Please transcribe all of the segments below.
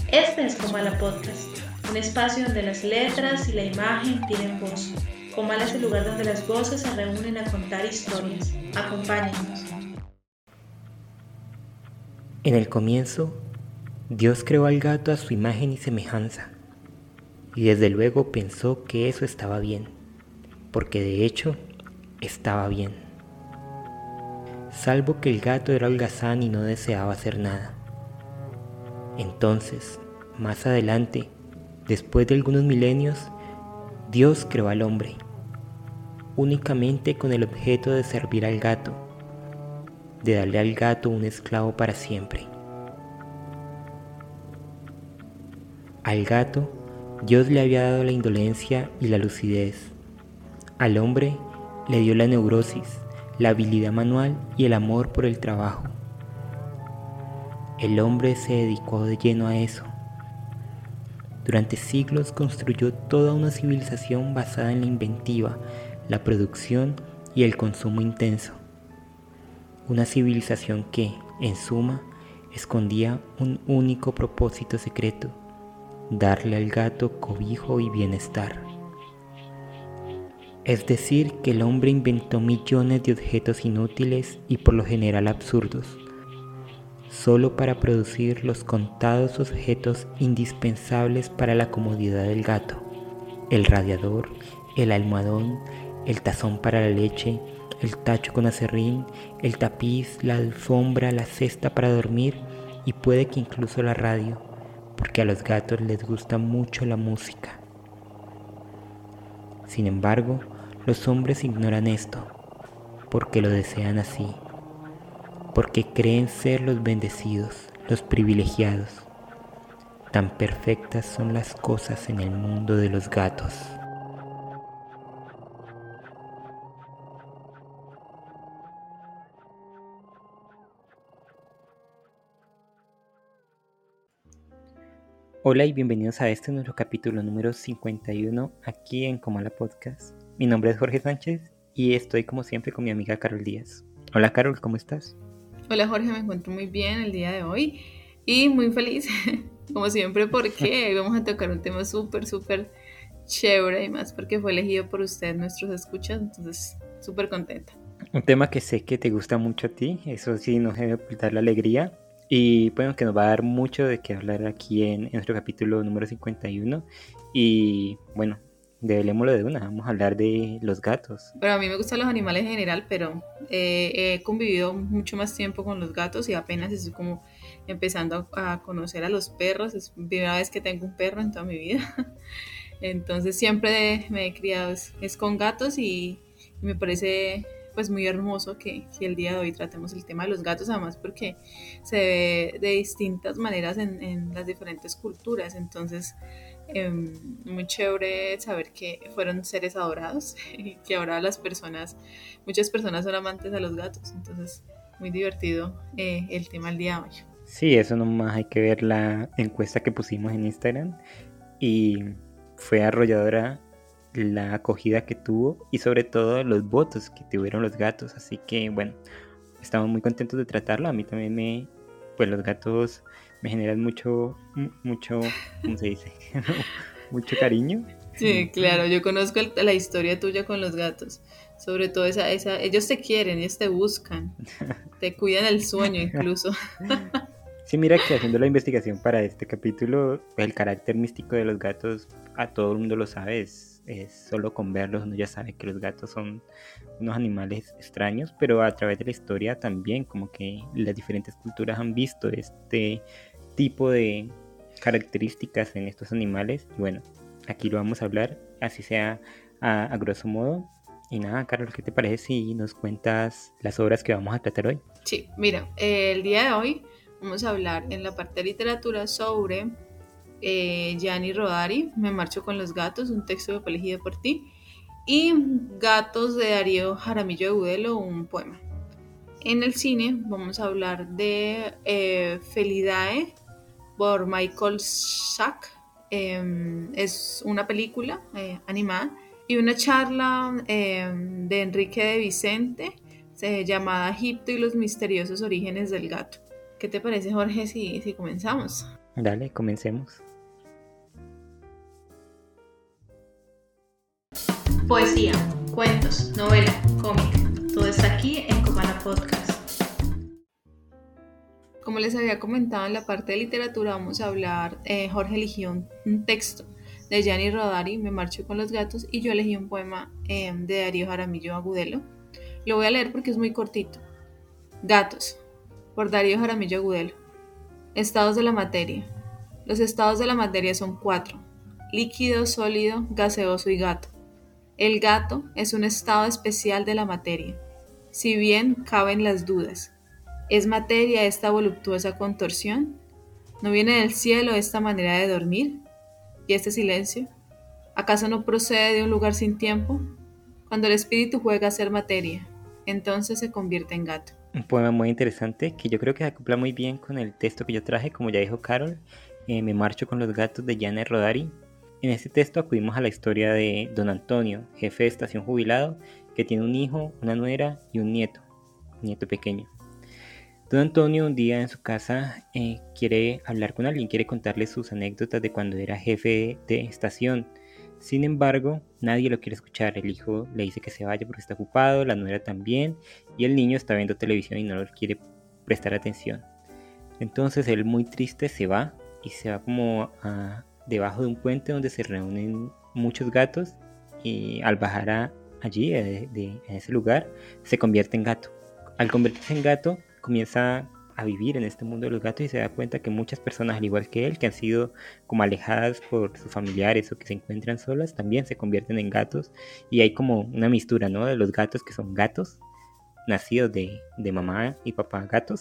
Este es Comala Podcast, un espacio donde las letras y la imagen tienen voz. Comala es el lugar donde las voces se reúnen a contar historias. Acompáñennos. En el comienzo, Dios creó al gato a su imagen y semejanza, y desde luego pensó que eso estaba bien, porque de hecho estaba bien. Salvo que el gato era holgazán y no deseaba hacer nada. Entonces, más adelante, después de algunos milenios, Dios creó al hombre, únicamente con el objeto de servir al gato, de darle al gato un esclavo para siempre. Al gato, Dios le había dado la indolencia y la lucidez. Al hombre le dio la neurosis, la habilidad manual y el amor por el trabajo. El hombre se dedicó de lleno a eso. Durante siglos construyó toda una civilización basada en la inventiva, la producción y el consumo intenso. Una civilización que, en suma, escondía un único propósito secreto: darle al gato cobijo y bienestar. Es decir, que el hombre inventó millones de objetos inútiles y por lo general absurdos, solo para producir los contados objetos indispensables para la comodidad del gato: el radiador, el almohadón, el tazón para la leche, el tacho con aserrín, el tapiz, la alfombra, la cesta para dormir y puede que incluso la radio, porque a los gatos les gusta mucho la música. Sin embargo, los hombres ignoran esto, porque lo desean así, porque creen ser los bendecidos, los privilegiados. Tan perfectas son las cosas en el mundo de los gatos. Hola y bienvenidos a nuestro capítulo número 51 aquí en Comala Podcast. Mi nombre es Jorge Sánchez y estoy como siempre con mi amiga Carol Díaz. Hola Carol, ¿cómo estás? Hola Jorge, me encuentro muy bien el día de hoy y muy feliz, como siempre, porque hoy vamos a tocar un tema súper chévere y más porque fue elegido por ustedes, nuestros escuchas, entonces súper contenta. Un tema que sé que te gusta mucho a ti, eso sí nos debe ocultar la alegría y bueno, que nos va a dar mucho de qué hablar aquí en nuestro capítulo número 51 y bueno, debelémoslo de una, vamos a hablar de los gatos. Pero a mí me gustan los animales en general, pero he convivido mucho más tiempo con los gatos y apenas estoy como empezando a conocer a los perros, es la primera vez que tengo un perro en toda mi vida, entonces siempre me he criado es con gatos y me parece pues muy hermoso que el día de hoy tratemos el tema de los gatos, además porque se ve de distintas maneras en las diferentes culturas, entonces muy chévere saber que fueron seres adorados y que ahora muchas personas son amantes a los gatos, entonces muy divertido el tema del día de hoy. Sí, eso nomás hay que ver la encuesta que pusimos en Instagram y fue arrolladora la acogida que tuvo y sobre todo los votos que tuvieron los gatos, así que bueno, estamos muy contentos de tratarlo. A mí también pues los gatos me generan mucho, ¿cómo se dice? Mucho cariño. Sí, claro, yo conozco la historia tuya con los gatos, sobre todo ellos te quieren, ellos te buscan, te cuidan el sueño incluso. Sí, mira que haciendo la investigación para este capítulo, el carácter místico de los gatos a todo el mundo lo sabe, es solo con verlos uno ya sabe que los gatos son unos animales extraños, pero a través de la historia también como que las diferentes culturas han visto este tipo de características en estos animales y bueno, aquí lo vamos a hablar, así sea a grosso modo. Y nada, Carlos, ¿qué te parece si nos cuentas las obras que vamos a tratar hoy? Sí, mira, el día de hoy vamos a hablar en la parte de literatura sobre Gianni Rodari, Me marcho con los gatos, un texto que fue elegido por ti, y Gatos de Darío Jaramillo de Budelo, un poema. En el cine vamos a hablar de Felidae por Michael Sack. Es una película animada y una charla de Enrique de Vicente llamada Egipto y los misteriosos orígenes del gato. ¿Qué te parece, Jorge, si comenzamos? Dale, comencemos. Poesía, cuentos, novela, cómic, todo está aquí en Comala Podcast. Como les había comentado en la parte de literatura, vamos a hablar, Jorge eligió un texto de Gianni Rodari, Me marcho con los gatos, y yo elegí un poema de Darío Jaramillo Agudelo. Lo voy a leer porque es muy cortito. Gatos, por Darío Jaramillo Agudelo. Estados de la materia. Los estados de la materia son 4: líquido, sólido, gaseoso y gato. El gato es un estado especial de la materia, si bien caben las dudas. ¿Es materia esta voluptuosa contorsión? ¿No viene del cielo esta manera de dormir? ¿Y este silencio? ¿Acaso no procede de un lugar sin tiempo? Cuando el espíritu juega a ser materia, entonces se convierte en gato. Un poema muy interesante que yo creo que se acopla muy bien con el texto que yo traje, como ya dijo Carol, Me marcho con los gatos de Gianni Rodari. En este texto acudimos a la historia de don Antonio, jefe de estación jubilado, que tiene un hijo, una nuera y un nieto pequeño. Don Antonio un día en su casa quiere hablar con alguien, quiere contarle sus anécdotas de cuando era jefe de estación. Sin embargo, nadie lo quiere escuchar. El hijo le dice que se vaya porque está ocupado, la nuera también, y el niño está viendo televisión y no le quiere prestar atención. Entonces él, muy triste, se va y se va como debajo de un puente donde se reúnen muchos gatos, y al bajar allí, en ese lugar, se convierte en gato. Al convertirse en gato, comienza a vivir en este mundo de los gatos y se da cuenta que muchas personas, al igual que él, que han sido como alejadas por sus familiares o que se encuentran solas, también se convierten en gatos, y hay como una mistura, ¿no?, de los gatos que son gatos, nacidos de mamá y papá gatos,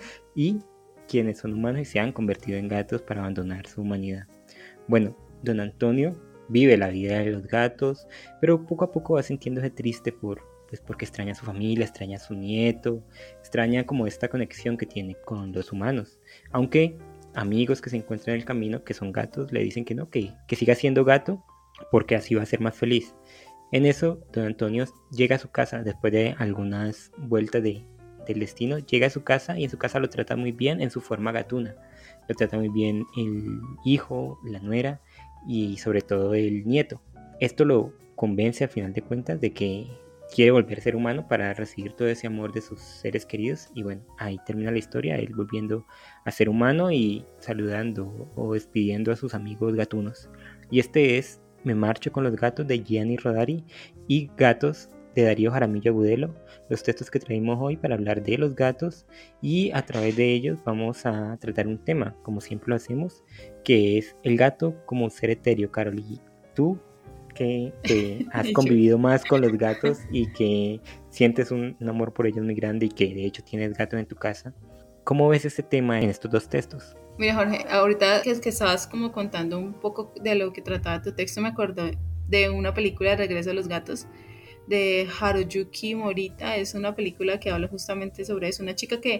y quienes son humanos y se han convertido en gatos para abandonar su humanidad. Bueno, don Antonio vive la vida de los gatos, pero poco a poco va sintiéndose triste porque extraña a su familia, extraña a su nieto, extraña como esta conexión que tiene con los humanos. Aunque amigos que se encuentran en el camino, que son gatos, le dicen que no, que siga siendo gato, porque así va a ser más feliz. En eso, don Antonio llega a su casa después de algunas vueltas del destino, llega a su casa y en su casa lo trata muy bien en su forma gatuna. Lo trata muy bien el hijo, la nuera y sobre todo el nieto. Esto lo convence al final de cuentas de que quiere volver a ser humano para recibir todo ese amor de sus seres queridos, y bueno, ahí termina la historia, él volviendo a ser humano y saludando o despidiendo a sus amigos gatunos. Y este es Me marcho con los gatos de Gianni Rodari y Gatos de Darío Jaramillo Agudelo, los textos que traemos hoy para hablar de los gatos, y a través de ellos vamos a tratar un tema, como siempre lo hacemos, que es el gato como un ser etéreo. Carol, ¿y tú que has convivido más con los gatos y que sientes un amor por ellos muy grande y que de hecho tienes gatos en tu casa, ¿cómo ves este tema en estos dos textos? Mira, Jorge, ahorita que estabas como contando un poco de lo que trataba tu texto, me acordé de una película de Regreso a los Gatos de Haruyuki Morita. Es una película que habla justamente sobre eso, una chica que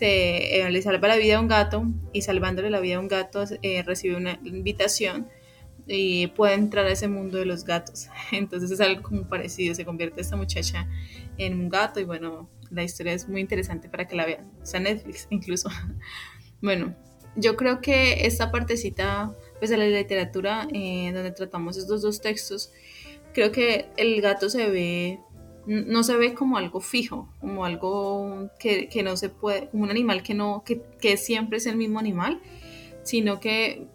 le salva la vida a un gato, y salvándole la vida a un gato recibe una invitación y puede entrar a ese mundo de los gatos. Entonces es algo como parecido, se convierte esta muchacha en un gato, y bueno, la historia es muy interesante para que la vean, está en Netflix incluso. Bueno, yo creo que esta partecita pues de la literatura, donde tratamos estos dos textos, creo que el gato no se ve como algo fijo, como algo que no se puede, como un animal que siempre es el mismo animal, sino que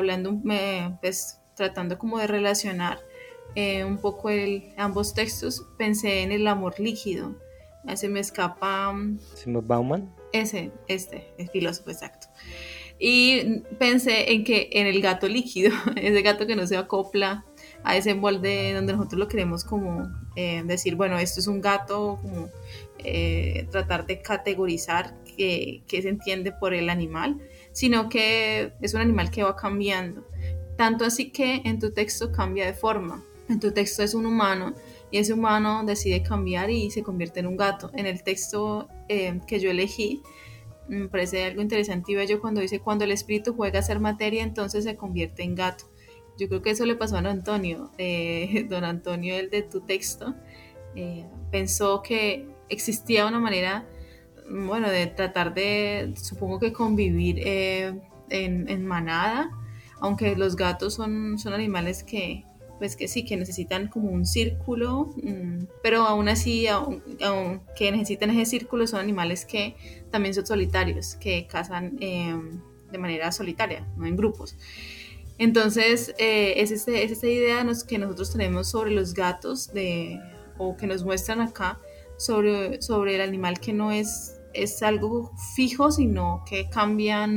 pues tratando como de relacionar un poco ambos textos, pensé en el amor líquido. Se me escapa Bauman. El filósofo, exacto. Y pensé en el gato líquido, ese gato que no se acopla a ese molde donde nosotros lo queremos como decir, bueno, esto es un gato, como tratar de categorizar qué se entiende por el animal, sino que es un animal que va cambiando. Tanto así que en tu texto cambia de forma. En tu texto es un humano, y ese humano decide cambiar y se convierte en un gato. En el texto que yo elegí, me parece algo interesante y bello cuando dice: cuando el espíritu juega a ser materia, entonces se convierte en gato. Yo creo que eso le pasó a don Antonio. Don Antonio, el de tu texto, pensó que existía una manera, bueno, de tratar de, supongo que convivir en manada, aunque los gatos son animales que, pues que sí, que necesitan como un círculo, pero aún así, aunque necesitan ese círculo, son animales que también son solitarios, que cazan de manera solitaria, no en grupos. Entonces, es esta idea que nosotros tenemos sobre los gatos, o que nos muestran acá, sobre el animal que no es algo fijo, sino que cambia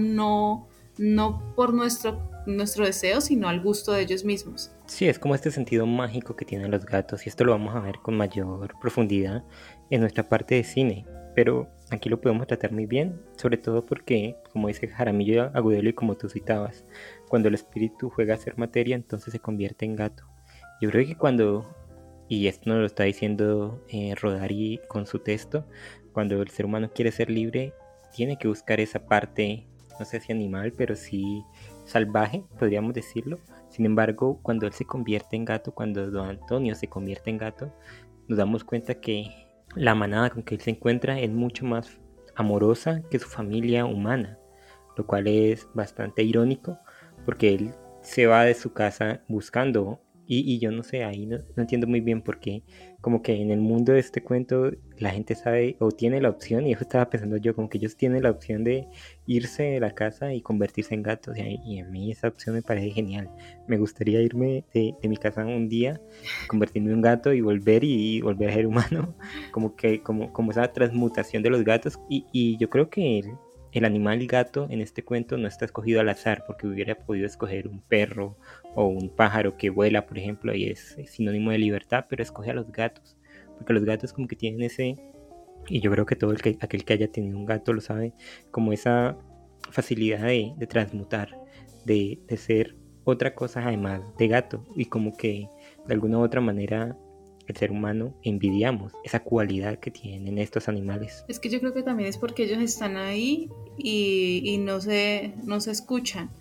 no por nuestro deseo, sino al gusto de ellos mismos. Sí, es como este sentido mágico que tienen los gatos y esto lo vamos a ver con mayor profundidad en nuestra parte de cine, pero aquí lo podemos tratar muy bien, sobre todo porque, como dice Jaramillo Agudelo y como tú citabas, cuando el espíritu juega a ser materia, entonces se convierte en gato. Yo creo que y esto nos lo está diciendo Rodari con su texto, cuando el ser humano quiere ser libre, tiene que buscar esa parte, no sé si animal, pero sí salvaje, podríamos decirlo. Sin embargo, cuando él se convierte en gato, cuando Don Antonio se convierte en gato, nos damos cuenta que la manada con que él se encuentra es mucho más amorosa que su familia humana, lo cual es bastante irónico porque él se va de su casa buscando y yo no sé, ahí no entiendo muy bien por qué, como que en el mundo de este cuento la gente sabe o tiene la opción, y eso estaba pensando yo, como que ellos tienen la opción de irse de la casa y convertirse en gatos, y a mí esa opción me parece genial. Me gustaría irme de mi casa un día, convertirme en un gato y volver a ser humano, como esa transmutación de los gatos, y yo creo que el animal gato en este cuento no está escogido al azar, porque hubiera podido escoger un perro o un pájaro que vuela, por ejemplo, y es sinónimo de libertad, pero escoge a los gatos, porque los gatos como que tienen ese, y yo creo que aquel que haya tenido un gato lo sabe, como esa facilidad de transmutar, de ser otra cosa además de gato, y como que de alguna u otra manera el ser humano envidiamos esa cualidad que tienen estos animales. Es que yo creo que también es porque ellos están ahí y no se escuchan.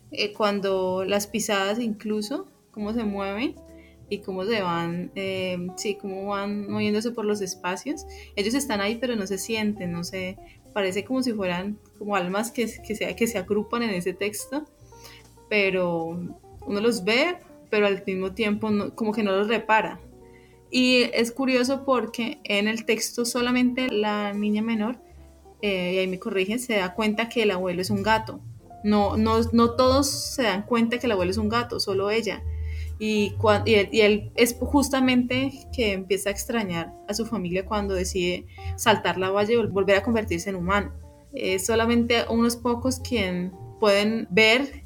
Cuando las pisadas incluso, cómo se mueven y cómo se van, sí, cómo van moviéndose por los espacios, ellos están ahí pero no se sienten, no sé, parece como si fueran como almas que se agrupan en ese texto, pero uno los ve, pero al mismo tiempo como que no los repara. Y es curioso porque en el texto solamente la niña menor, y ahí me corrigen, se da cuenta que el abuelo es un gato. No todos se dan cuenta que el abuelo es un gato, solo ella. Y él es justamente que empieza a extrañar a su familia cuando decide saltar la valla y volver a convertirse en humano. Es solamente unos pocos quien pueden ver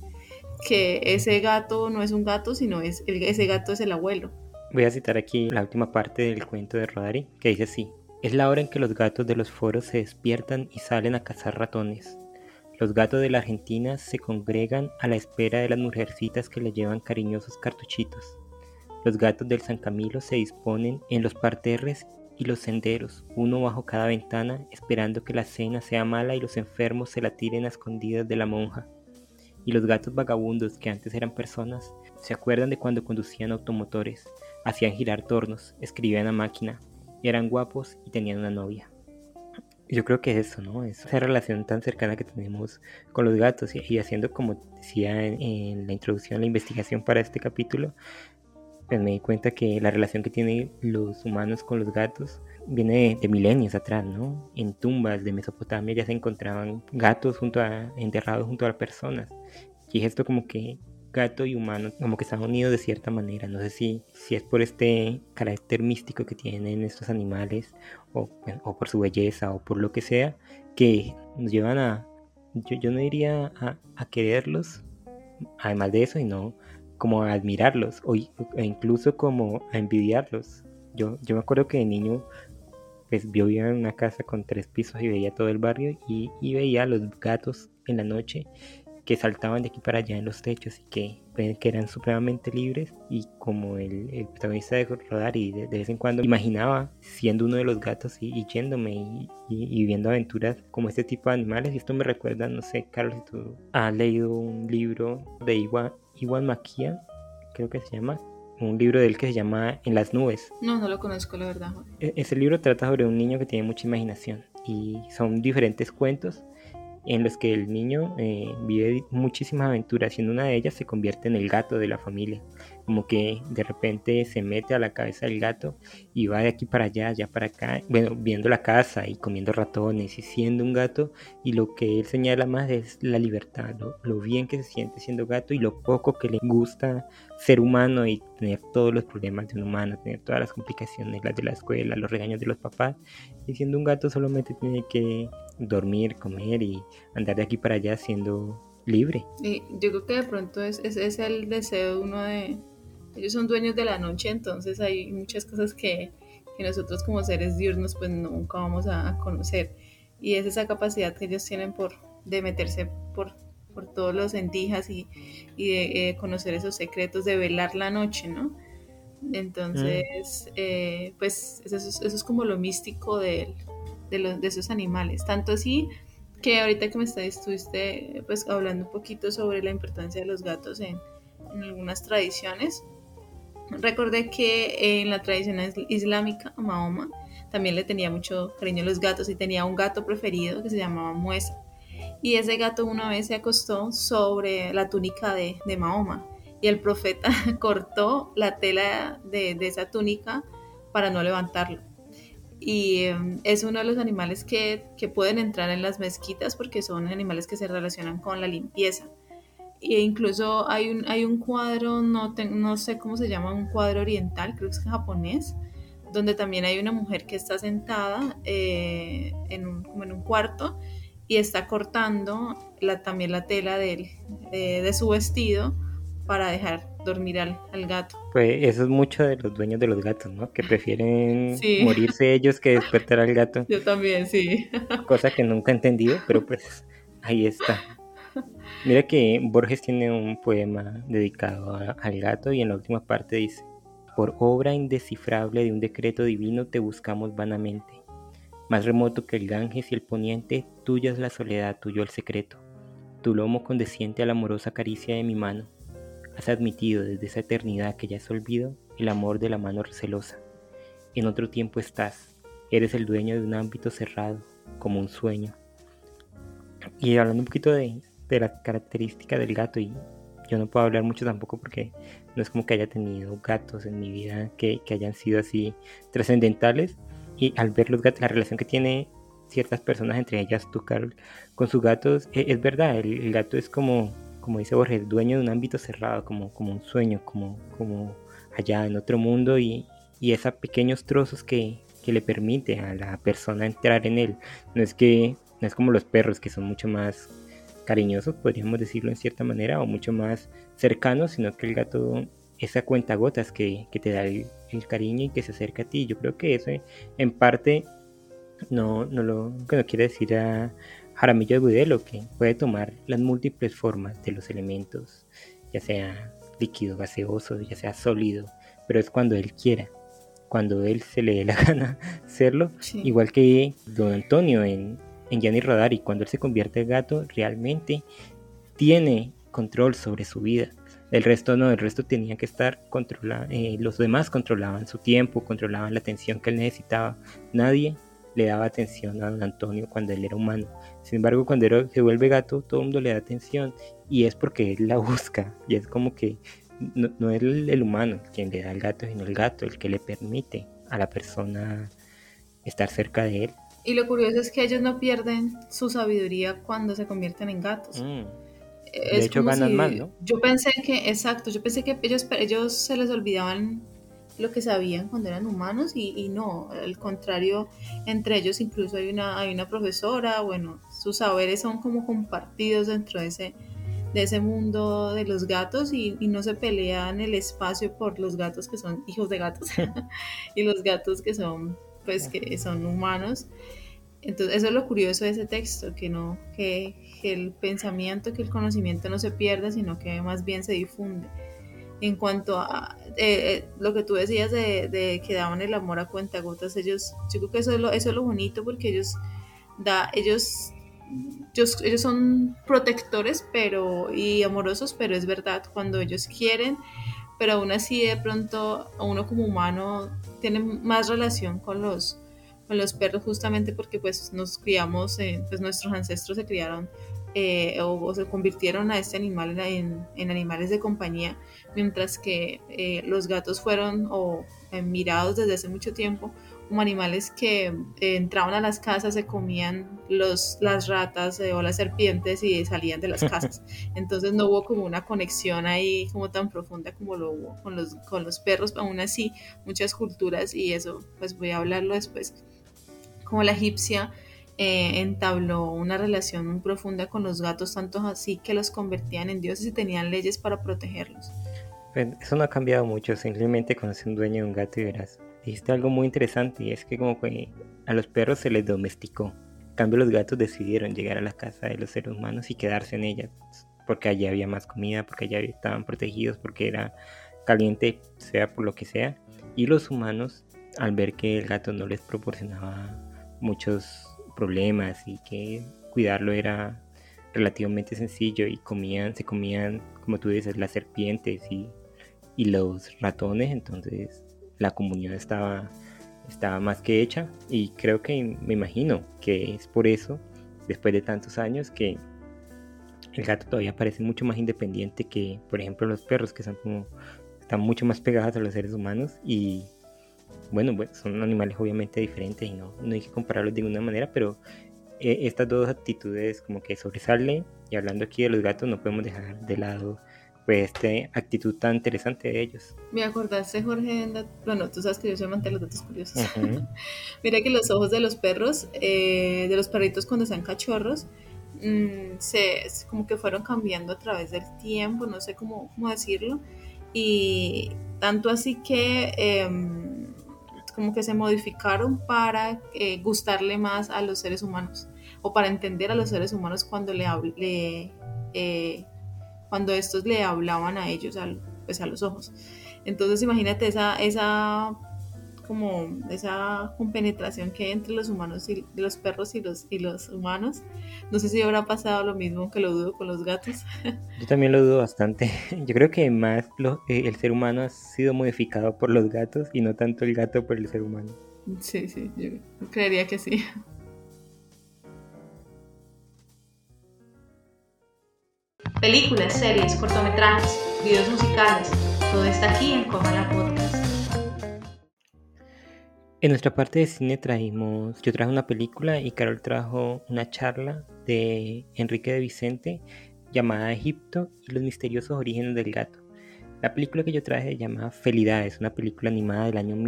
que ese gato no es un gato, sino ese gato es el abuelo. Voy a citar aquí la última parte del cuento de Rodari, que dice así: es la hora en que los gatos de los foros se despiertan y salen a cazar ratones. Los gatos de la Argentina se congregan a la espera de las mujercitas que le llevan cariñosos cartuchitos. Los gatos del San Camilo se disponen en los parterres y los senderos, uno bajo cada ventana, esperando que la cena sea mala y los enfermos se la tiren a escondidas de la monja. Y los gatos vagabundos que antes eran personas, se acuerdan de cuando conducían automotores, hacían girar tornos, escribían a máquina, eran guapos y tenían una novia. Yo creo que es eso, ¿no? Es esa relación tan cercana que tenemos con los gatos, y haciendo, como decía en la introducción a la investigación para este capítulo, pues me di cuenta que la relación que tienen los humanos con los gatos viene de milenios atrás, ¿no? En tumbas de Mesopotamia ya se encontraban gatos enterrados junto a personas. Y es esto como que gato y humano como que están unidos de cierta manera. No sé si es por este carácter místico que tienen estos animales, o por su belleza, o por lo que sea, que nos llevan yo no diría a quererlos, además de eso, y no como a admirarlos, e incluso como a envidiarlos. Yo me acuerdo que de niño pues yo vivía en una casa con 3 pisos y veía todo el barrio, y veía a los gatos en la noche que saltaban de aquí para allá en los techos y que eran supremamente libres, y como el protagonista de Rodari de vez en cuando imaginaba siendo uno de los gatos y yéndome y viviendo aventuras como este tipo de animales. Y esto me recuerda, no sé, Carlos, si tú has leído un libro de Iwan McKean, creo que se llama, un libro de él que se llama En las nubes. No lo conozco, la verdad. Ese libro trata sobre un niño que tiene mucha imaginación y son diferentes cuentos en los que el niño vive muchísimas aventuras y en una de ellas se convierte en el gato de la familia. Como que de repente se mete a la cabeza del gato y va de aquí para allá, allá para acá, bueno, viendo la casa y comiendo ratones y siendo un gato, y lo que él señala más es la libertad, lo bien que se siente siendo gato y lo poco que le gusta ser humano y tener todos los problemas de un humano, tener todas las complicaciones, las de la escuela, los regaños de los papás, y siendo un gato solamente tiene que dormir, comer y andar de aquí para allá siendo libre. Y yo creo que de pronto es el deseo de uno de... Ellos son dueños de la noche, entonces hay muchas cosas que nosotros como seres diurnos pues nunca vamos a conocer. Y es esa capacidad que ellos tienen de meterse por todos los endijas y de conocer esos secretos, de velar la noche, ¿no? Entonces, pues eso es como lo místico de esos animales. Tanto así que ahorita que estuviste pues hablando un poquito sobre la importancia de los gatos en algunas tradiciones, recordé que en la tradición islámica, Mahoma también le tenía mucho cariño a los gatos y tenía un gato preferido que se llamaba Muesa. Y ese gato una vez se acostó sobre la túnica de Mahoma y el profeta cortó la tela de esa túnica para no levantarlo. Y es uno de los animales que pueden entrar en las mezquitas porque son animales que se relacionan con la limpieza. E incluso hay un cuadro, no sé cómo se llama, un cuadro oriental, creo que es japonés, donde también hay una mujer que está sentada como en un cuarto y está cortando también la tela de su vestido para dejar dormir al gato. Pues eso es mucho de los dueños de los gatos, ¿no? Que prefieren Sí. morirse ellos que despertar al gato. Yo también, sí. Cosa que nunca he entendido, pero pues ahí está. Mira que Borges tiene un poema dedicado al gato y en la última parte dice: por obra indescifrable de un decreto divino te buscamos vanamente. Más remoto que el Ganges y el poniente, tuya es la soledad, tuyo el secreto. Tu lomo condesciende a la amorosa caricia de mi mano. Has admitido desde esa eternidad que ya es olvido el amor de la mano recelosa. En otro tiempo estás, eres el dueño de un ámbito cerrado, como un sueño. Y hablando un poquito de la característica del gato, y yo no puedo hablar mucho tampoco porque no es como que haya tenido gatos en mi vida que hayan sido así trascendentales, y al ver los gatos, la relación que tiene ciertas personas, entre ellas tú, Carol, con sus gatos, es verdad, el gato es como dice Borges, dueño de un ámbito cerrado, como un sueño, como allá en otro mundo, y esos pequeños trozos que le permite a la persona entrar en él. No es como los perros, que son mucho más cariñosos, podríamos decirlo en cierta manera, o mucho más cercanos, sino que el gato, esa cuentagotas que te da el cariño y que se acerca a ti. Yo creo que eso en parte no quiere decir a Jaramillo de Budelo, que puede tomar las múltiples formas de los elementos, ya sea líquido, gaseoso, ya sea sólido, pero es cuando él quiera, cuando él se le dé la gana hacerlo, sí. Igual que Don Antonio en Gianni Rodari, cuando él se convierte en gato, realmente tiene control sobre su vida. El resto no, el resto tenía que estar controlado, los demás controlaban su tiempo, controlaban la atención que él necesitaba. Nadie le daba atención a Don Antonio cuando él era humano. Sin embargo, cuando se vuelve gato, todo el mundo le da atención, y es porque él la busca, y es como que no es el humano quien le da al gato, sino el gato el que le permite a la persona estar cerca de él. Y lo curioso es que ellos no pierden su sabiduría cuando se convierten en gatos. De hecho ganan más, ¿no? Yo pensé que ellos se les olvidaban lo que sabían cuando eran humanos, y no, al contrario, entre ellos incluso hay una profesora, bueno, sus saberes son como compartidos dentro de ese mundo de los gatos, y no se pelean el espacio por los gatos que son hijos de gatos y los gatos que son humanos. Entonces eso es lo curioso de ese texto, que el pensamiento, que el conocimiento no se pierda, sino que más bien se difunde. En cuanto a lo que tú decías de que daban el amor a cuentagotas, yo creo que eso es lo bonito, porque ellos son protectores y amorosos, pero es verdad, cuando ellos quieren, pero aún así de pronto uno como humano tiene más relación con los con los perros, justamente porque pues nos criamos, pues nuestros ancestros se criaron o se convirtieron a este animal en animales de compañía, mientras que los gatos fueron mirados desde hace mucho tiempo como animales que entraban a las casas, se comían las ratas o las serpientes y salían de las casas. Entonces no hubo como una conexión ahí como tan profunda como lo hubo con los perros. Aún así, muchas culturas, y eso pues voy a hablarlo después, como la egipcia, entabló una relación muy profunda con los gatos, tanto así que los convertían en dioses y tenían leyes para protegerlos. Pues eso no ha cambiado mucho, simplemente conoce un dueño de un gato y verás. Dijiste algo muy interesante y es que como que a los perros se les domesticó. En cambio los gatos decidieron llegar a la casa de los seres humanos y quedarse en ella, porque allí había más comida, porque allá estaban protegidos, porque era caliente, sea por lo que sea. Y los humanos, al ver que el gato no les proporcionaba muchos problemas y que cuidarlo era relativamente sencillo y se comían, como tú dices, las serpientes y los ratones, entonces la comunión estaba más que hecha y creo que me imagino que es por eso, después de tantos años, que el gato todavía parece mucho más independiente que, por ejemplo, los perros, que están mucho más pegados a los seres humanos y bueno, son animales obviamente diferentes y no hay que compararlos de ninguna manera, pero estas dos actitudes como que sobresalen, y hablando aquí de los gatos no podemos dejar de lado pues esta actitud tan interesante de ellos. Me acordaste, Jorge, bueno, tú sabes que yo soy amante de los datos curiosos. Uh-huh. Mira que los ojos de los perros, de los perritos cuando sean cachorros, como que fueron cambiando a través del tiempo, no sé cómo decirlo, y tanto así que como que se modificaron para gustarle más a los seres humanos o para entender a los seres humanos cuando cuando estos le hablaban a ellos, pues a los ojos. Entonces imagínate esa compenetración que hay entre los humanos y los perros y los humanos. No sé si habrá pasado lo mismo, que lo dudo, con los gatos. Yo también lo dudo bastante. Yo creo que más el ser humano ha sido modificado por los gatos y no tanto el gato por el ser humano. Sí, yo creería que sí. Películas, series, cortometrajes, videos musicales, todo está aquí en Cómala Podcast. En nuestra parte de cine yo traje una película y Carol trajo una charla de Enrique de Vicente llamada Egipto y los misteriosos orígenes del gato. La película que yo traje se llama Felidad, es una película animada del año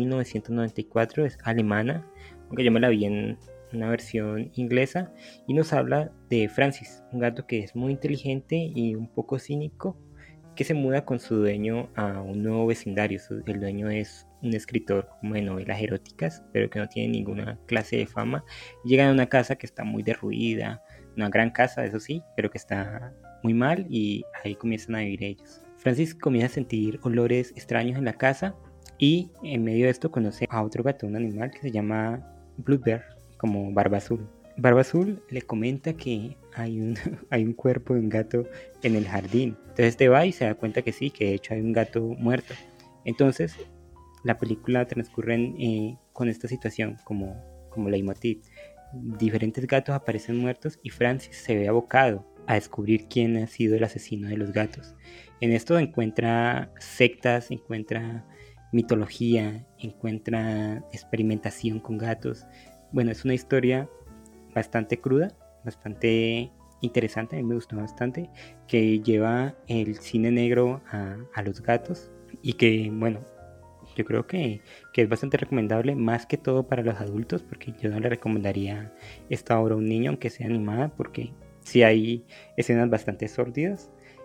1994, es alemana, aunque yo me la vi en una versión inglesa, y nos habla de Francis, un gato que es muy inteligente y un poco cínico, que se muda con su dueño a un nuevo vecindario. El dueño es un escritor como de novelas eróticas, pero que no tiene ninguna clase de fama. Llegan a una casa que está muy derruida, una gran casa, eso sí, pero que está muy mal, y ahí comienzan a vivir ellos. Francis comienza a sentir olores extraños en la casa y en medio de esto conoce a otro gato, un animal que se llama Blood Bear, como Barba Azul. Barba Azul le comenta que hay un cuerpo de un gato en el jardín. Entonces este va y se da cuenta que sí, que de hecho hay un gato muerto. Entonces la película transcurre con esta situación como leitmotiv. Diferentes gatos aparecen muertos y Francis se ve abocado a descubrir quién ha sido el asesino de los gatos. En esto encuentra sectas, encuentra mitología, encuentra experimentación con gatos. Bueno, es una historia bastante cruda, bastante interesante, a mí me gustó bastante, que lleva el cine negro a los gatos y que, bueno, yo creo que es bastante recomendable, más que todo para los adultos, porque yo no le recomendaría esta obra a un niño, aunque sea animada, porque sí hay escenas bastante sórdidas.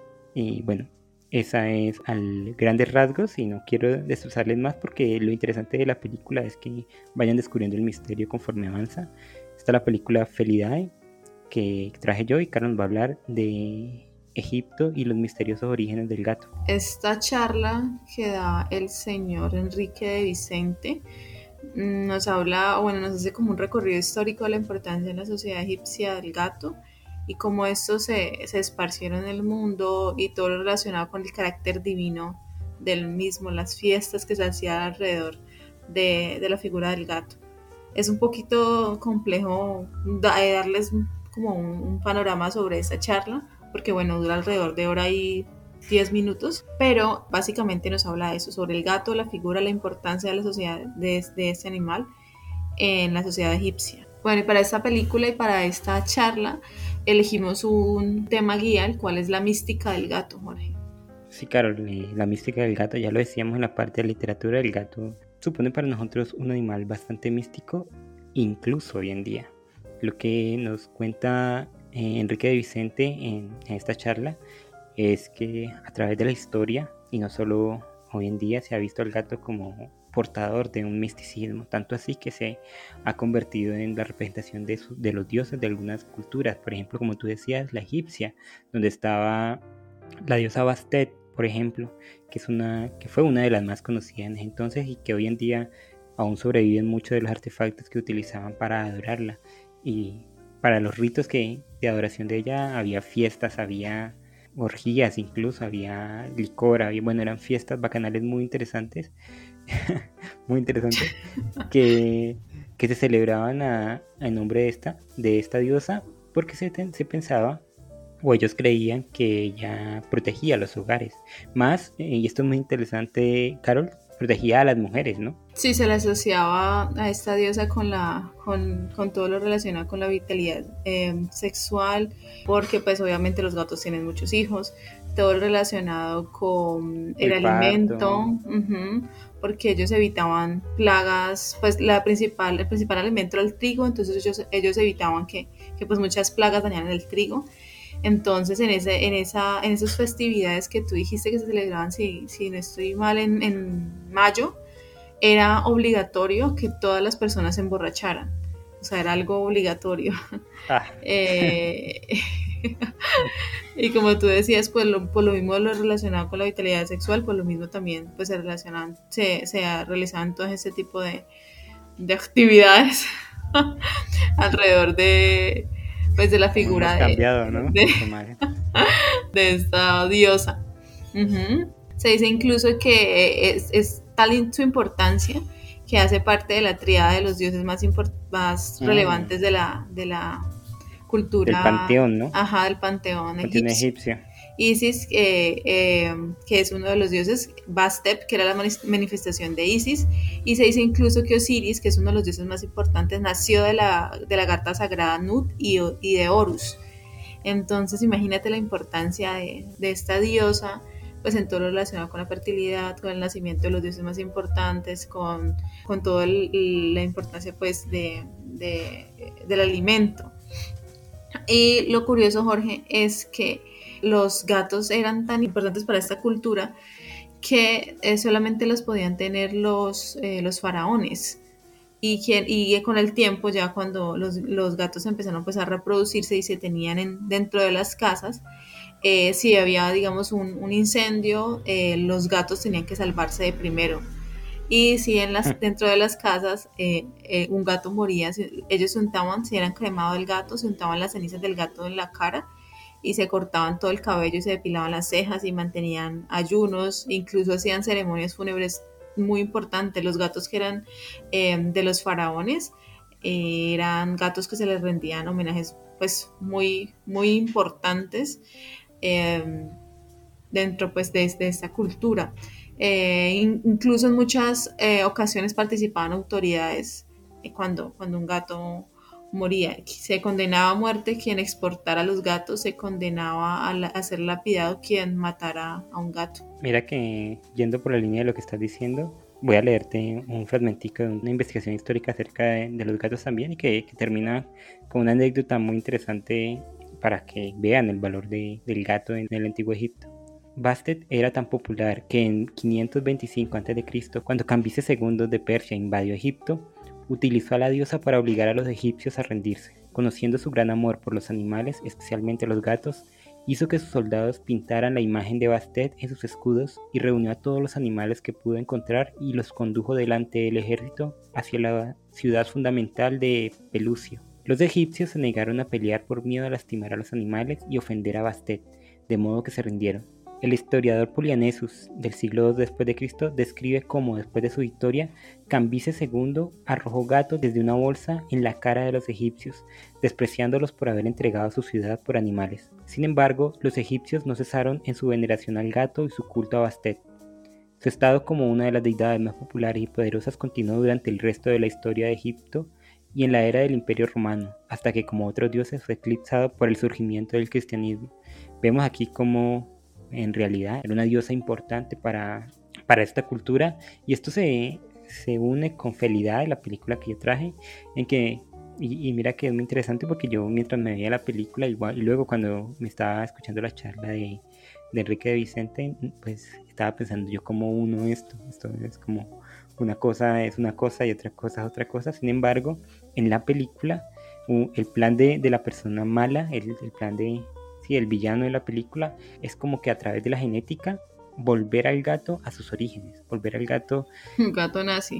Y bueno, esa es al grandes rasgos y no quiero destrozarles más porque lo interesante de la película es que vayan descubriendo el misterio conforme avanza. Está la película Felidae que traje yo y Carlos va a hablar de Egipto y los misteriosos orígenes del gato. Esta charla que da el señor Enrique de Vicente nos habla, nos hace como un recorrido histórico de la importancia en la sociedad egipcia del gato y cómo estos se esparcieron en el mundo y todo lo relacionado con el carácter divino del mismo, las fiestas que se hacían alrededor de la figura del gato. es un poquito complejo darles como un panorama sobre esta charla, porque bueno, dura alrededor de hora y 10 minutos, pero básicamente nos habla de eso, sobre el gato, la figura, la importancia de la sociedad de este animal en la sociedad egipcia. Bueno, y para esta película y para esta charla elegimos un tema guía, el cual es la mística del gato, Jorge. Sí, Carol, la mística del gato, ya lo decíamos en la parte de literatura, el gato supone para nosotros un animal bastante místico, incluso hoy en día. Lo que nos cuenta Enrique de Vicente en esta charla es que a través de la historia, y no solo hoy en día, se ha visto al gato como portador de un misticismo, tanto así que se ha convertido en la representación de los dioses de algunas culturas, por ejemplo, como tú decías, la egipcia, donde estaba la diosa Bastet, por ejemplo, que fue una de las más conocidas en ese entonces y que hoy en día aún sobreviven muchos de los artefactos que utilizaban para adorarla. Y para los ritos de adoración de ella había fiestas, había orgías, incluso había licor, bueno, eran fiestas bacanales muy interesantes, muy interesantes, que se celebraban en nombre de esta diosa, porque se pensaba, o ellos creían, que ella protegía los hogares. Más, y esto es muy interesante, Carol, protegía a las mujeres, ¿no? Sí, se le asociaba a esta diosa con todo lo relacionado con la vitalidad sexual, porque pues obviamente los gatos tienen muchos hijos, todo lo relacionado con el alimento, porque ellos evitaban plagas, pues el principal alimento era el trigo, entonces ellos evitaban que pues muchas plagas dañaran el trigo. Entonces en esas festividades que tú dijiste que se celebraban, si no estoy mal, en mayo, era obligatorio que todas las personas se emborracharan. O sea, era algo obligatorio. Y como tú decías, pues por lo mismo lo relacionado con la vitalidad sexual, pues lo mismo también pues se realizaban todo ese tipo de actividades alrededor de la figura de esta diosa. Se dice incluso que es tal su importancia que hace parte de la tríada de los dioses más relevantes de la cultura. Del panteón, ¿no? Ajá, del panteón egipcio. Isis, que es uno de los dioses, Bastet, que era la manifestación de Isis, y se dice incluso que Osiris, que es uno de los dioses más importantes, nació de la gata sagrada Nut y de Horus. Entonces imagínate la importancia de esta diosa, pues en todo lo relacionado con la fertilidad, con el nacimiento de los dioses más importantes, con toda la importancia pues del alimento. Y lo curioso, Jorge, es que los gatos eran tan importantes para esta cultura que solamente los podían tener los faraones. Y con el tiempo, ya cuando los gatos empezaron pues a reproducirse y se tenían dentro de las casas, si había, digamos, un incendio, los gatos tenían que salvarse de primero. Y si dentro de las casas un gato moría, ellos se untaban, si eran cremado el gato, se untaban las cenizas del gato en la cara y se cortaban todo el cabello y se depilaban las cejas y mantenían ayunos, incluso hacían ceremonias fúnebres muy importantes. Los gatos que eran de los faraones eran gatos que se les rendían homenajes pues muy, muy importantes dentro pues de esta cultura. Incluso en muchas ocasiones participaban autoridades cuando un gato moría. Se condenaba a muerte quien exportara los gatos, se condenaba a ser lapidado quien matara a un gato. Mira que, yendo por la línea de lo que estás diciendo, voy a leerte un fragmentico de una investigación histórica acerca de los gatos también, y que termina con una anécdota muy interesante para que vean el valor del gato en el antiguo Egipto. Bastet era tan popular que en 525 a.C., cuando Cambises II de Persia invadió Egipto, utilizó a la diosa para obligar a los egipcios a rendirse. Conociendo su gran amor por los animales, especialmente los gatos, hizo que sus soldados pintaran la imagen de Bastet en sus escudos y reunió a todos los animales que pudo encontrar y los condujo delante del ejército hacia la ciudad fundamental de Pelucio. Los egipcios se negaron a pelear por miedo a lastimar a los animales y ofender a Bastet, de modo que se rindieron. El historiador Polianesus del siglo II después de Cristo describe cómo después de su victoria Cambises II arrojó gatos desde una bolsa en la cara de los egipcios, despreciándolos por haber entregado su ciudad por animales. Sin embargo, los egipcios no cesaron en su veneración al gato y su culto a Bastet. Su estado como una de las deidades más populares y poderosas continuó durante el resto de la historia de Egipto y en la era del Imperio Romano, hasta que como otros dioses fue eclipsado por el surgimiento del cristianismo. Vemos aquí cómo en realidad era una diosa importante para esta cultura, y esto se une con Felidad, la película que yo traje, en que y mira que es muy interesante porque yo mientras me veía la película igual, y luego cuando me estaba escuchando la charla de Enrique de Vicente, pues estaba pensando yo cómo uno esto es como una cosa es una cosa y otra cosa es otra cosa. Sin embargo, en la película el plan de la persona mala, el plan de el villano de la película es como que a través de la genética volver al gato a sus orígenes, volver al gato... Un gato nazi.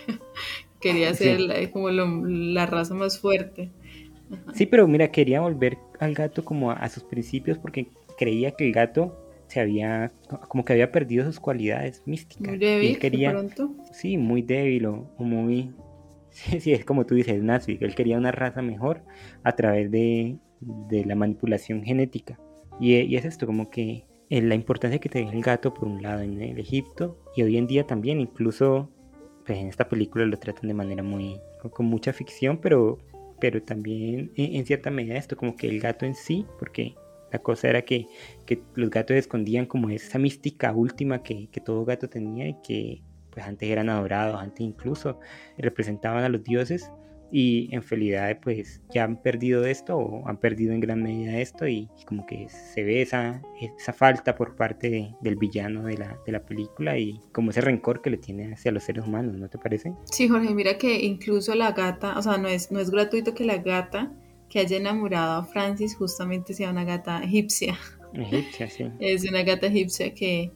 Quería ser como la raza más fuerte. Ajá. Sí, pero mira, quería volver al gato como a sus principios porque creía que el gato como que había perdido sus cualidades místicas. Muy débil, y él quería, de pronto. Sí, muy débil o muy... Sí, es como tú dices, nazi. Él quería una raza mejor a través de la manipulación genética. Y es esto, como que la importancia que tenía el gato por un lado en el Egipto y hoy en día también, incluso pues en esta película lo tratan de manera con mucha ficción, pero también en cierta medida esto, como que el gato en sí, porque la cosa era que los gatos escondían como esa mística última que todo gato tenía y que pues antes eran adorados, antes incluso representaban a los dioses, y en Felidad pues ya han perdido esto o han perdido en gran medida esto, y como que se ve esa falta por parte del villano de la película y como ese rencor que le tiene hacia los seres humanos, ¿no te parece? Sí, Jorge, mira que incluso la gata, o sea, no es gratuito que la gata que haya enamorado a Francis justamente sea una gata egipcia. Egipcia, sí. Es una gata egipcia que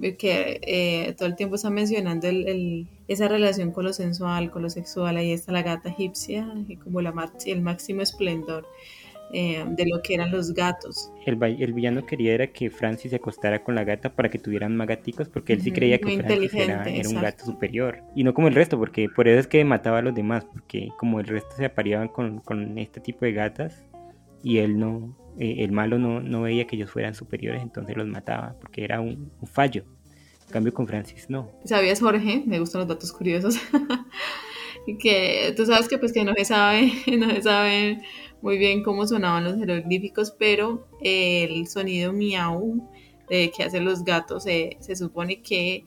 todo el tiempo está mencionando esa relación con lo sensual, con lo sexual. Ahí está la gata egipcia, como el máximo esplendor de lo que eran los gatos. El villano quería era que Francis se acostara con la gata para que tuvieran más gaticos, porque él sí creía que Francis era un gato superior, y no como el resto, porque por eso es que mataba a los demás, porque como el resto se apareaban con este tipo de gatas, y él no, el malo no veía que ellos fueran superiores, entonces los mataba, porque era un fallo. En cambio con Francis no. ¿Sabías, Jorge? Me gustan los datos curiosos. Que tú sabes que pues que no se sabe muy bien cómo sonaban los jeroglíficos, pero el sonido miau que hacen los gatos se supone que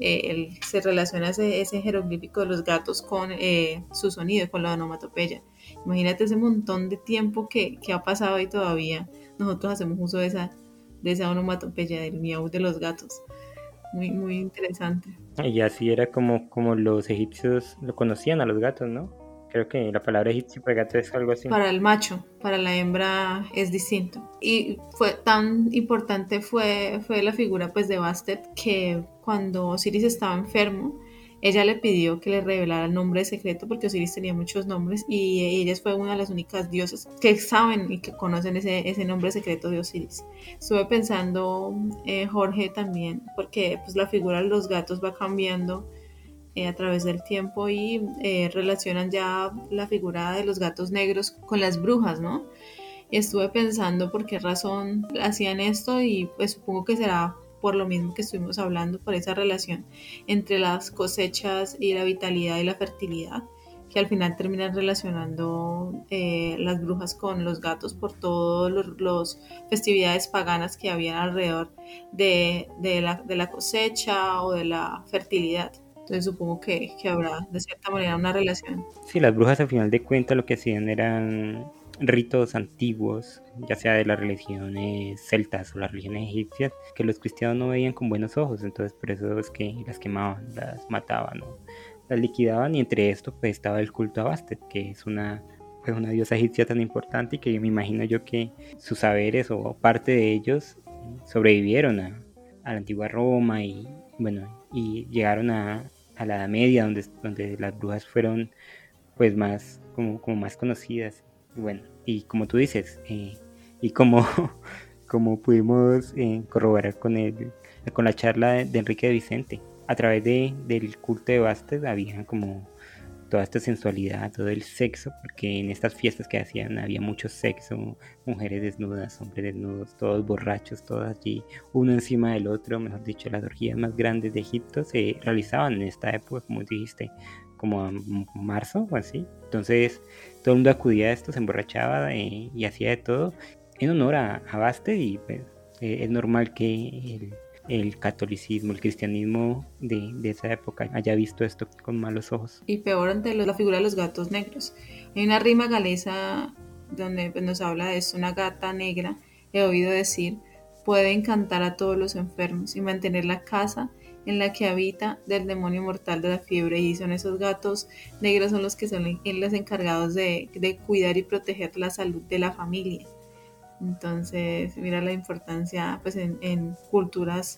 se relaciona ese jeroglífico de los gatos con su sonido, con la onomatopeya. Imagínate ese montón de tiempo que ha pasado y todavía nosotros hacemos uso de esa onomatopeya del miau de los gatos. Muy, muy interesante. Y así era como los egipcios lo conocían a los gatos, ¿no? Creo que la palabra egipcio para gato es algo así. Para el macho, para la hembra es distinto. Y fue tan importante fue la figura pues de Bastet que cuando Osiris estaba enfermo, ella le pidió que le revelara el nombre secreto porque Osiris tenía muchos nombres y ella fue una de las únicas diosas que saben y que conocen ese nombre secreto de Osiris. Estuve pensando, Jorge, también, porque pues la figura de los gatos va cambiando a través del tiempo y relacionan ya la figura de los gatos negros con las brujas, ¿no? Y estuve pensando por qué razón hacían esto y pues supongo que será por lo mismo que estuvimos hablando, por esa relación entre las cosechas y la vitalidad y la fertilidad, que al final terminan relacionando las brujas con los gatos por todas las festividades paganas que habían alrededor de la cosecha o de la fertilidad. Entonces supongo que habrá de cierta manera una relación. Sí, las brujas al final de cuentas lo que hacían eran ritos antiguos, ya sea de las religiones celtas o las religiones egipcias, que los cristianos no veían con buenos ojos, entonces por eso es que las quemaban, las mataban, ¿no? Las liquidaban, y entre esto pues estaba el culto a Bastet, que es una diosa egipcia tan importante y que me imagino yo que sus saberes o parte de ellos sobrevivieron a la antigua Roma y bueno, y llegaron a la Edad Media donde las brujas fueron pues más como más conocidas. Bueno, y como tú dices, y como como pudimos corroborar con la charla de Enrique de Vicente. A través del culto de Bastet había como toda esta sensualidad, todo el sexo, porque en estas fiestas que hacían había mucho sexo, mujeres desnudas, hombres desnudos, todos borrachos, todos allí, uno encima del otro, mejor dicho, las orgías más grandes de Egipto se realizaban en esta época, como dijiste, como a marzo o así. Entonces todo el mundo acudía a esto, se emborrachaba y hacía de todo en honor a Bastet, y pues, es normal que el catolicismo, el cristianismo de esa época haya visto esto con malos ojos. Y peor ante la figura de los gatos negros. Hay una rima galesa donde pues, nos habla de esto: una gata negra, he oído decir, puede encantar a todos los enfermos y mantener la casa en la que habita del demonio mortal de la fiebre. Y son esos gatos negros son los que son los encargados de cuidar y proteger la salud de la familia. Entonces, mira la importancia pues en culturas,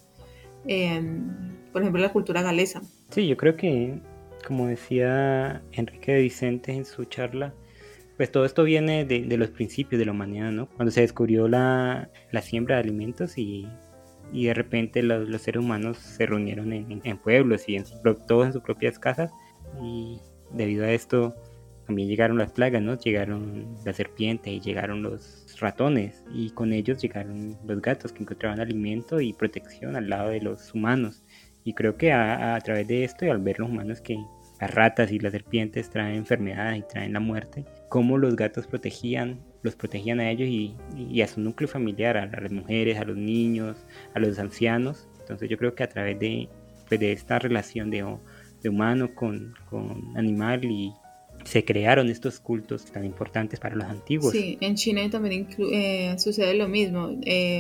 por ejemplo, la cultura galesa. Sí, yo creo que, como decía Enrique de Vicente en su charla, pues todo esto viene de los principios de la humanidad, ¿no? Cuando se descubrió la siembra de alimentos y de repente los seres humanos se reunieron en pueblos y todos en sus propias casas, y debido a esto también llegaron las plagas, ¿no? Llegaron las serpientes y llegaron los ratones, y con ellos llegaron los gatos que encontraban alimento y protección al lado de los humanos. Y creo que a través de esto, y al ver los humanos que las ratas y las serpientes traen enfermedades y traen la muerte, cómo los gatos los protegían a ellos y a su núcleo familiar, a las mujeres, a los niños, a los ancianos. Entonces yo creo que a través de esta relación de humano con animal, y se crearon estos cultos tan importantes para los antiguos. Sí, en China también sucede lo mismo.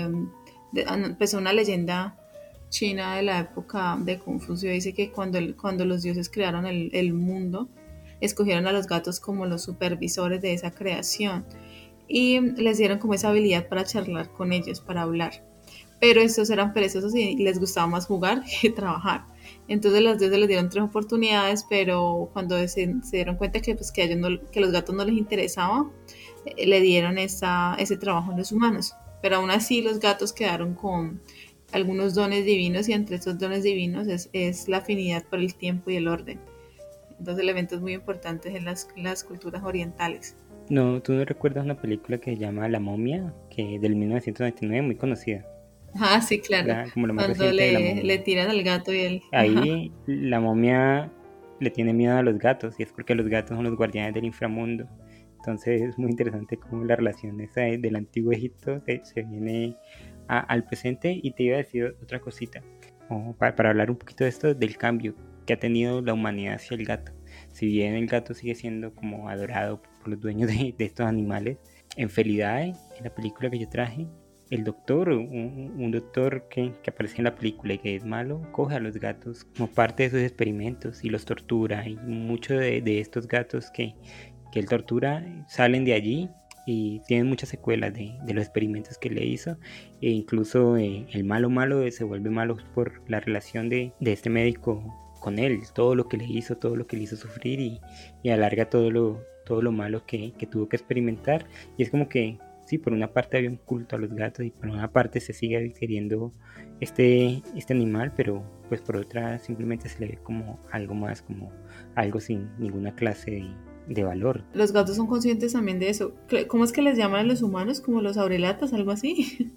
Empezó una leyenda china de la época de Confucio. Dice que cuando los dioses crearon el mundo, escogieron a los gatos como los supervisores de esa creación y les dieron como esa habilidad para charlar con ellos, para hablar. Pero estos eran perezosos y les gustaba más jugar que trabajar. Entonces los dioses les dieron 3 oportunidades, pero cuando se dieron cuenta que los gatos no les interesaba, le dieron ese trabajo a los humanos. Pero aún así los gatos quedaron con algunos dones divinos, y entre esos dones divinos es la afinidad por el tiempo y el orden. Dos elementos muy importantes en las culturas orientales. No, ¿tú no recuerdas una película que se llama La momia, que del 1999, muy conocida? Ah, sí, claro. Como lo más Cuando reciente de la momia. le tiran al gato y él... Ahí la momia le tiene miedo a los gatos, y es porque los gatos son los guardianes del inframundo. Entonces es muy interesante cómo la relación esa del antiguo Egipto se viene al presente. Y te iba a decir otra cosita, para hablar un poquito de esto, del cambio que ha tenido la humanidad hacia el gato. Si bien el gato sigue siendo como adorado por los dueños de estos animales, en Felidae, en la película que yo traje, el doctor, un doctor que aparece en la película y que es malo, coge a los gatos como parte de sus experimentos y los tortura, y muchos de estos gatos que él tortura salen de allí y tienen muchas secuelas de los experimentos que le hizo, e incluso el malo se vuelve malo por la relación de este médico con él, todo lo que le hizo sufrir, y alarga todo lo malo que tuvo que experimentar. Y es como que sí, por una parte había un culto a los gatos y por una parte se sigue queriendo este animal, pero pues por otra simplemente se le ve como algo más, como algo sin ninguna clase de valor. Los gatos son conscientes también de eso. ¿Cómo es que les llaman a los humanos? ¿Como los aurelatas, algo así?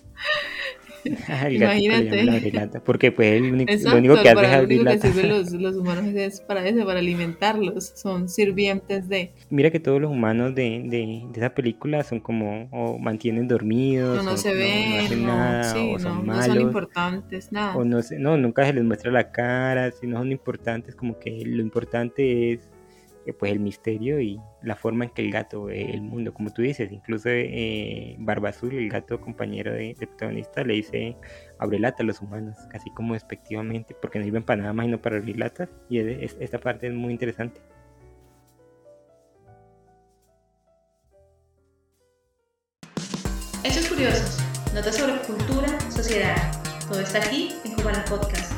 El imagínate. La abrelata, porque pues lo único que hace es abrir latas. Lo único que sirven los humanos es para eso, para alimentarlos. Son sirvientes de... Mira que todos los humanos de esa película son como, o mantienen dormidos, no se ven, no hacen nada, sí, o son malos, no son importantes, nada. O nunca se les muestra la cara, si no son importantes, como que lo importante es pues el misterio y la forma en que el gato ve el mundo, como tú dices. Incluso Barba Azul, el gato compañero de protagonista, le dice abre lata a los humanos, casi como despectivamente, porque no sirven para nada más y no para abrir latas. Y esta parte es muy interesante. Hechos curiosos, notas sobre cultura, sociedad, todo está aquí en Cubana Podcast.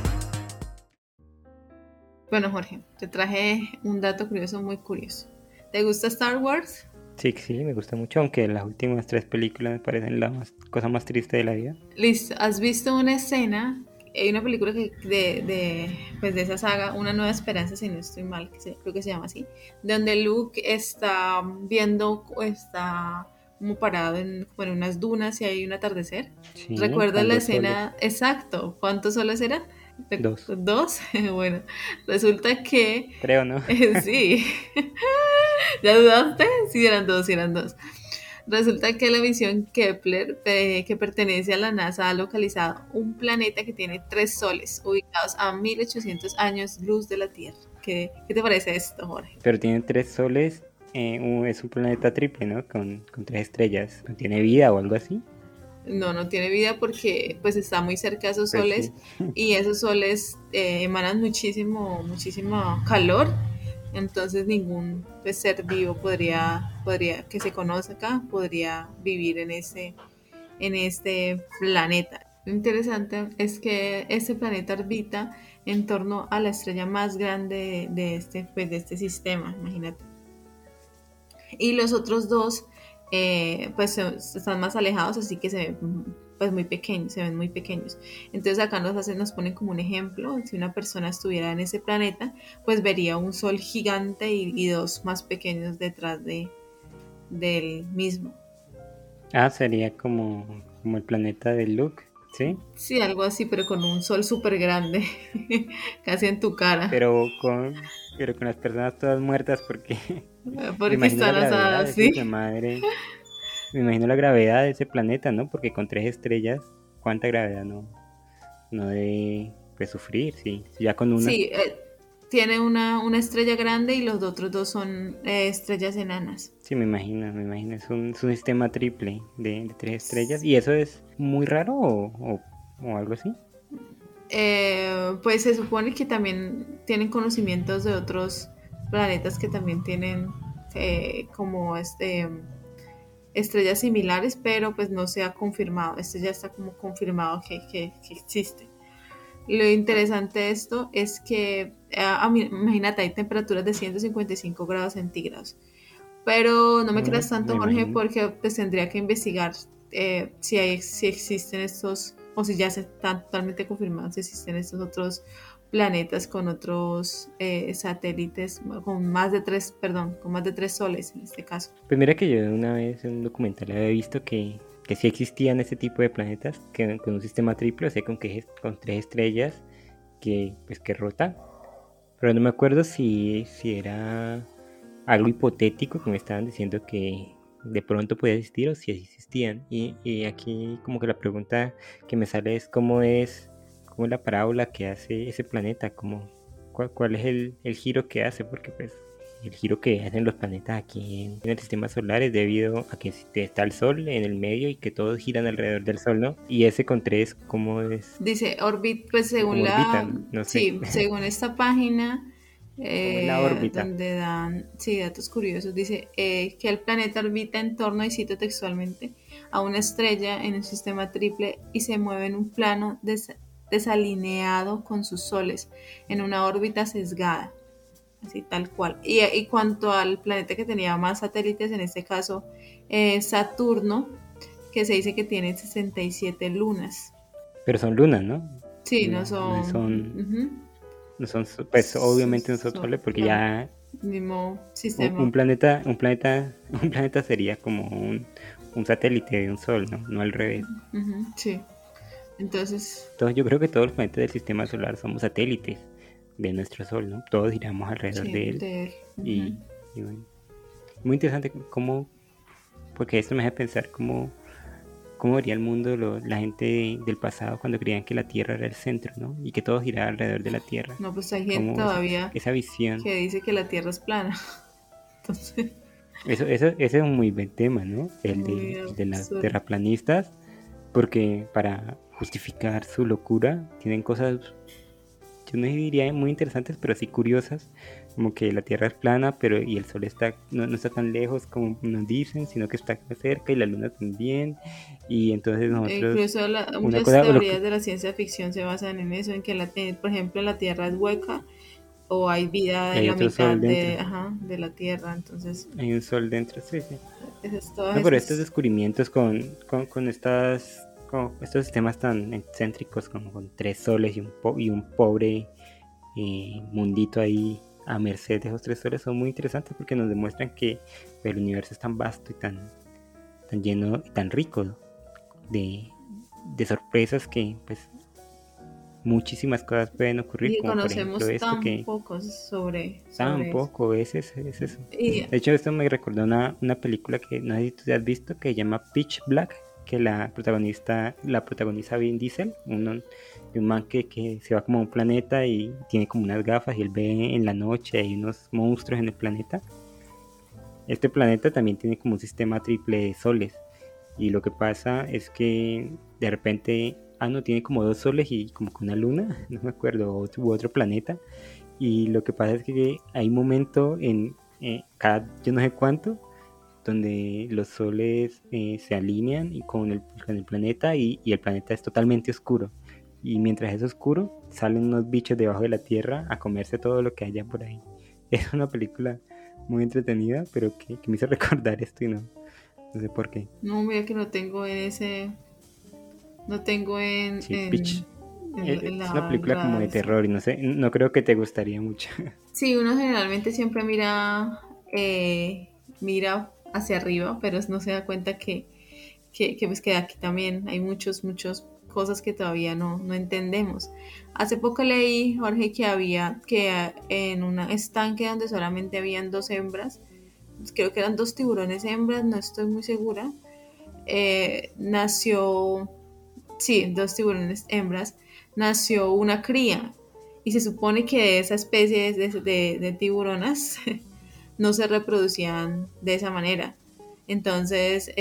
Bueno, Jorge, te traje un dato curioso, muy curioso. ¿Te gusta Star Wars? Sí, sí, me gusta mucho, aunque las últimas tres películas me parecen la cosa más triste de la vida. Listo, ¿has visto una escena? Hay una película pues de esa saga, Una Nueva Esperanza, si no estoy mal, creo que se llama así, donde Luke está está como parado en unas dunas y hay un atardecer. Sí, ¿Recuerdas con la dos soles, escena? Exacto, ¿cuántos soles eran? dos, ¿Dos? Bueno, resulta que creo, ¿no? sí, ¿ya dudaste? Sí, eran dos, sí, eran dos. Resulta que la misión Kepler, que pertenece a la NASA, ha localizado un planeta que tiene tres soles, ubicados a 1800 años luz de la Tierra. ¿Qué te parece esto, Jorge? Pero tiene tres soles, es un planeta triple, ¿no? Con tres estrellas. ¿Tiene vida o algo así? No, no tiene vida porque pues está muy cerca de esos Pues soles sí. y esos soles emanan muchísimo calor. Entonces ningún pues, ser vivo podría, que se conoce acá, podría vivir en este planeta. Lo interesante es que este planeta orbita en torno a la estrella más grande de este sistema, imagínate. Y los otros dos pues están más alejados, así que se ven pues muy pequeños, se ven muy pequeños. Entonces acá nos ponen como un ejemplo, si una persona estuviera en ese planeta, pues vería un sol gigante y dos más pequeños detrás del mismo. Ah, sería como el planeta de Luke, ¿sí? Sí, algo así, pero con un sol súper grande, casi en tu cara, Pero con las personas todas muertas porque me porque imagino la están gravedad de asadas, ese hijo de sí. madre. Me imagino la gravedad de ese planeta, ¿no? Porque con tres estrellas, ¿cuánta gravedad no debe pues, sufrir? Sí, si ya con una. Sí, tiene una estrella grande y los otros dos son estrellas enanas. Sí, me imagino. Es un sistema triple de tres estrellas. ¿Y eso es muy raro o algo así? Pues se supone que también tienen conocimientos de otros planetas que también tienen como estrellas similares, pero pues no se ha confirmado. Este ya está como confirmado que existe. Lo interesante de esto es que, imagínate, hay temperaturas de 155 grados centígrados. Pero no me creas tanto, Me Jorge, imagino. porque pues tendría que investigar si existen estos, o si ya se están totalmente confirmados, si existen estos otros planetas con otros satélites, con más de tres, perdón, con más de tres soles en este caso. Pues mira que yo una vez en un documental había visto que sí existían ese tipo de planetas que con un sistema triple, o sea, con tres estrellas que rotan. Pero no me acuerdo si era algo hipotético que me estaban diciendo que de pronto podía existir o si existían. Y aquí como que la pregunta que me sale es cómo es la parábola que hace ese planeta, cuál es el giro que hace, porque pues el giro que hacen los planetas aquí en el sistema solar es debido a que está el Sol en el medio y que todos giran alrededor del Sol, ¿no? Y ese con tres, Dice Orbit, pues cómo orbitan, no sé, sí, según esta página, cómo es la órbita. donde dan, sí, datos curiosos, dice que el planeta orbita en torno, y cito textualmente, a una estrella en un sistema triple y se mueve en un plano desalineado con sus soles, en una órbita sesgada, así tal cual. Y cuanto al planeta que tenía más satélites, en este caso Saturno, que se dice que tiene 67 lunas. Pero son lunas, ¿no? Sí, no No son. son, Ujú. no son, pues obviamente no son soles porque Claro, ya mismo un, sistema. un planeta, un planeta, un planeta sería como un satélite de un sol, ¿no? No al revés. Ujú, sí. Entonces, Entonces yo creo que todos los planetas del sistema solar somos satélites de nuestro sol, ¿no? Todos giramos alrededor sí, de él de él. y, Ujú. y bueno, muy interesante porque esto me hace pensar cómo vería el mundo la gente del pasado cuando creían que la Tierra era el centro, ¿no? Y que todo giraba alrededor de la Tierra. No, pues hay gente Como todavía esa visión. que dice que la Tierra es plana. Entonces, Ese es un muy buen tema, ¿no? muy El de las absurdo. terraplanistas, porque para justificar su locura tienen cosas, yo no diría muy interesantes, pero sí curiosas, como que la Tierra es plana, pero y el Sol no está tan lejos como nos dicen, sino que está cerca y la Luna también, y entonces nosotros, Incluso una muchas cosa, teorías de la ciencia ficción se basan en eso, en que, por ejemplo, la Tierra es hueca o hay vida Y en hay la otro mitad sol dentro. de la Tierra, entonces Hay un sol dentro, sí, sí. todas No, pero estos esas... descubrimientos con estos sistemas tan excéntricos, como con 3 soles y un pobre mundito ahí a merced de esos 3 soles, son muy interesantes porque nos demuestran que el universo es tan vasto y tan lleno y tan rico de sorpresas que pues muchísimas cosas pueden ocurrir, Y como por ejemplo conocemos esto tan que poco sobre eso. tampoco es eso. Y De hecho, esto me recordó una película que no sé si tú has visto, que se llama Pitch Black, que la protagoniza Vin Diesel, de un man que se va como a un planeta y tiene como unas gafas y él ve en la noche hay unos monstruos en el planeta. Este planeta también tiene como un sistema triple de soles y lo que pasa es que de repente, no, tiene como 2 soles y como que una luna, no me acuerdo, u otro planeta. Y lo que pasa es que hay un momento en cada yo no sé cuánto donde los soles se alinean y con el planeta y el planeta es totalmente oscuro. Y mientras es oscuro, salen unos bichos debajo de la tierra a comerse todo lo que haya por ahí. Es una película muy entretenida, pero que me hizo recordar esto y no sé por qué. no, mira que no tengo en ese, no tengo Sí, Pitch. en Es una la película como de radio. terror y no sé, no creo que te gustaría mucho. Sí, uno generalmente siempre mira hacia arriba, pero no se da cuenta pues que aquí también hay muchas cosas que todavía no entendemos. Hace poco leí, Jorge, que en un estanque donde solamente habían 2 hembras, creo que eran 2 tiburones hembras, no estoy muy segura, nació, sí, 2 tiburones hembras, nació una cría. Y se supone que de esa especie de tiburonas no se reproducían de esa manera. Entonces,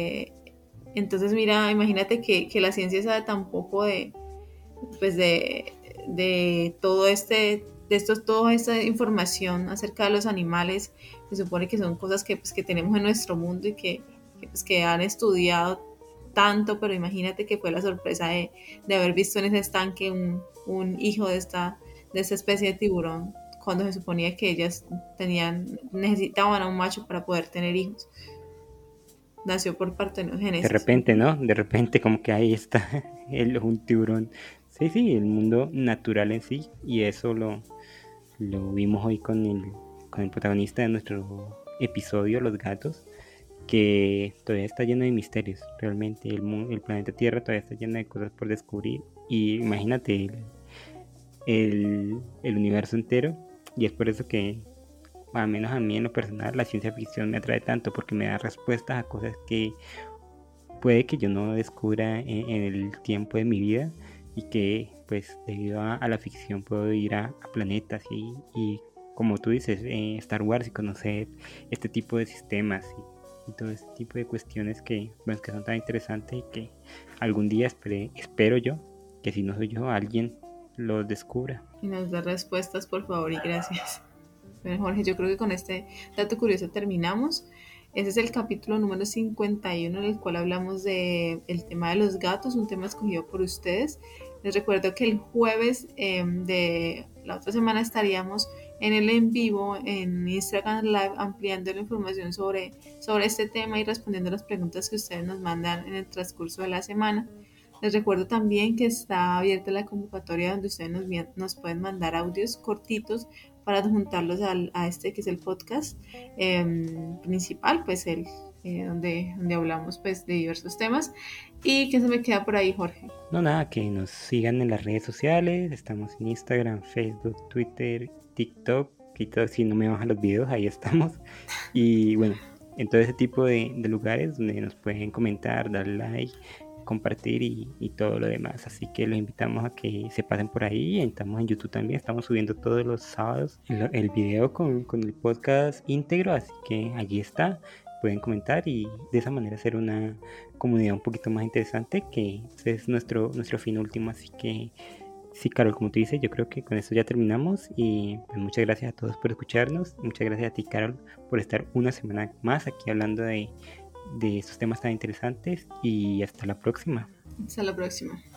mira, imagínate que la ciencia sabe tan poco pues de todo toda esta información acerca de los animales. Se supone que son cosas pues, que tenemos en nuestro mundo y pues, que han estudiado tanto, pero imagínate que fue la sorpresa de haber visto en ese estanque un hijo de esta especie de tiburón, cuando se suponía que ellas necesitaban a un macho para poder tener hijos. Nació por De partenogénesis. repente, ¿no? De repente como que ahí está un tiburón. Sí, sí, el mundo natural en sí. Y eso lo vimos hoy con el protagonista de nuestro episodio, los gatos, que todavía está lleno de misterios. Realmente el planeta Tierra todavía está lleno de cosas por descubrir. Y imagínate el universo entero. Y es por eso que, al menos a mí en lo personal, la ciencia ficción me atrae tanto, porque me da respuestas a cosas que puede que yo no descubra en el tiempo de mi vida y que pues debido a la ficción puedo ir a planetas y como tú dices, Star Wars y conocer este tipo de sistemas y todo este tipo de cuestiones que, bueno, que son tan interesantes y que algún día espero yo que si no soy yo, alguien los descubra. Y nos da respuestas, por favor, y gracias. Bueno, Jorge, yo creo que con este dato curioso terminamos. Ese es el capítulo número 51 en el cual hablamos del tema de los gatos, un tema escogido por ustedes. Les recuerdo que el jueves de la otra semana estaríamos en el en vivo en Instagram Live ampliando la información sobre este tema y respondiendo las preguntas que ustedes nos mandan en el transcurso de la semana. Les recuerdo también que está abierta la convocatoria donde ustedes nos pueden mandar audios cortitos para adjuntarlos a este que es el podcast principal, pues donde hablamos pues de diversos temas. ¿Y qué se me queda por ahí, Jorge? No, nada, que nos sigan en las redes sociales. Estamos en Instagram, Facebook, Twitter, TikTok. Si no me bajan los videos, ahí estamos. Y bueno, en todo ese tipo de lugares donde nos pueden comentar, dar like, compartir y todo lo demás. Así que los invitamos a que se pasen por ahí. Estamos en YouTube también. Estamos subiendo todos los sábados el video con el podcast íntegro. Así que allí está. Pueden comentar y de esa manera hacer una comunidad un poquito más interesante, que ese es nuestro fin último. Así que sí, Carol, como tú dices, yo creo que con esto ya terminamos y pues, muchas gracias a todos por escucharnos. Muchas gracias a ti, Carol, por estar una semana más aquí hablando de estos temas tan interesantes y hasta la próxima. Hasta la próxima.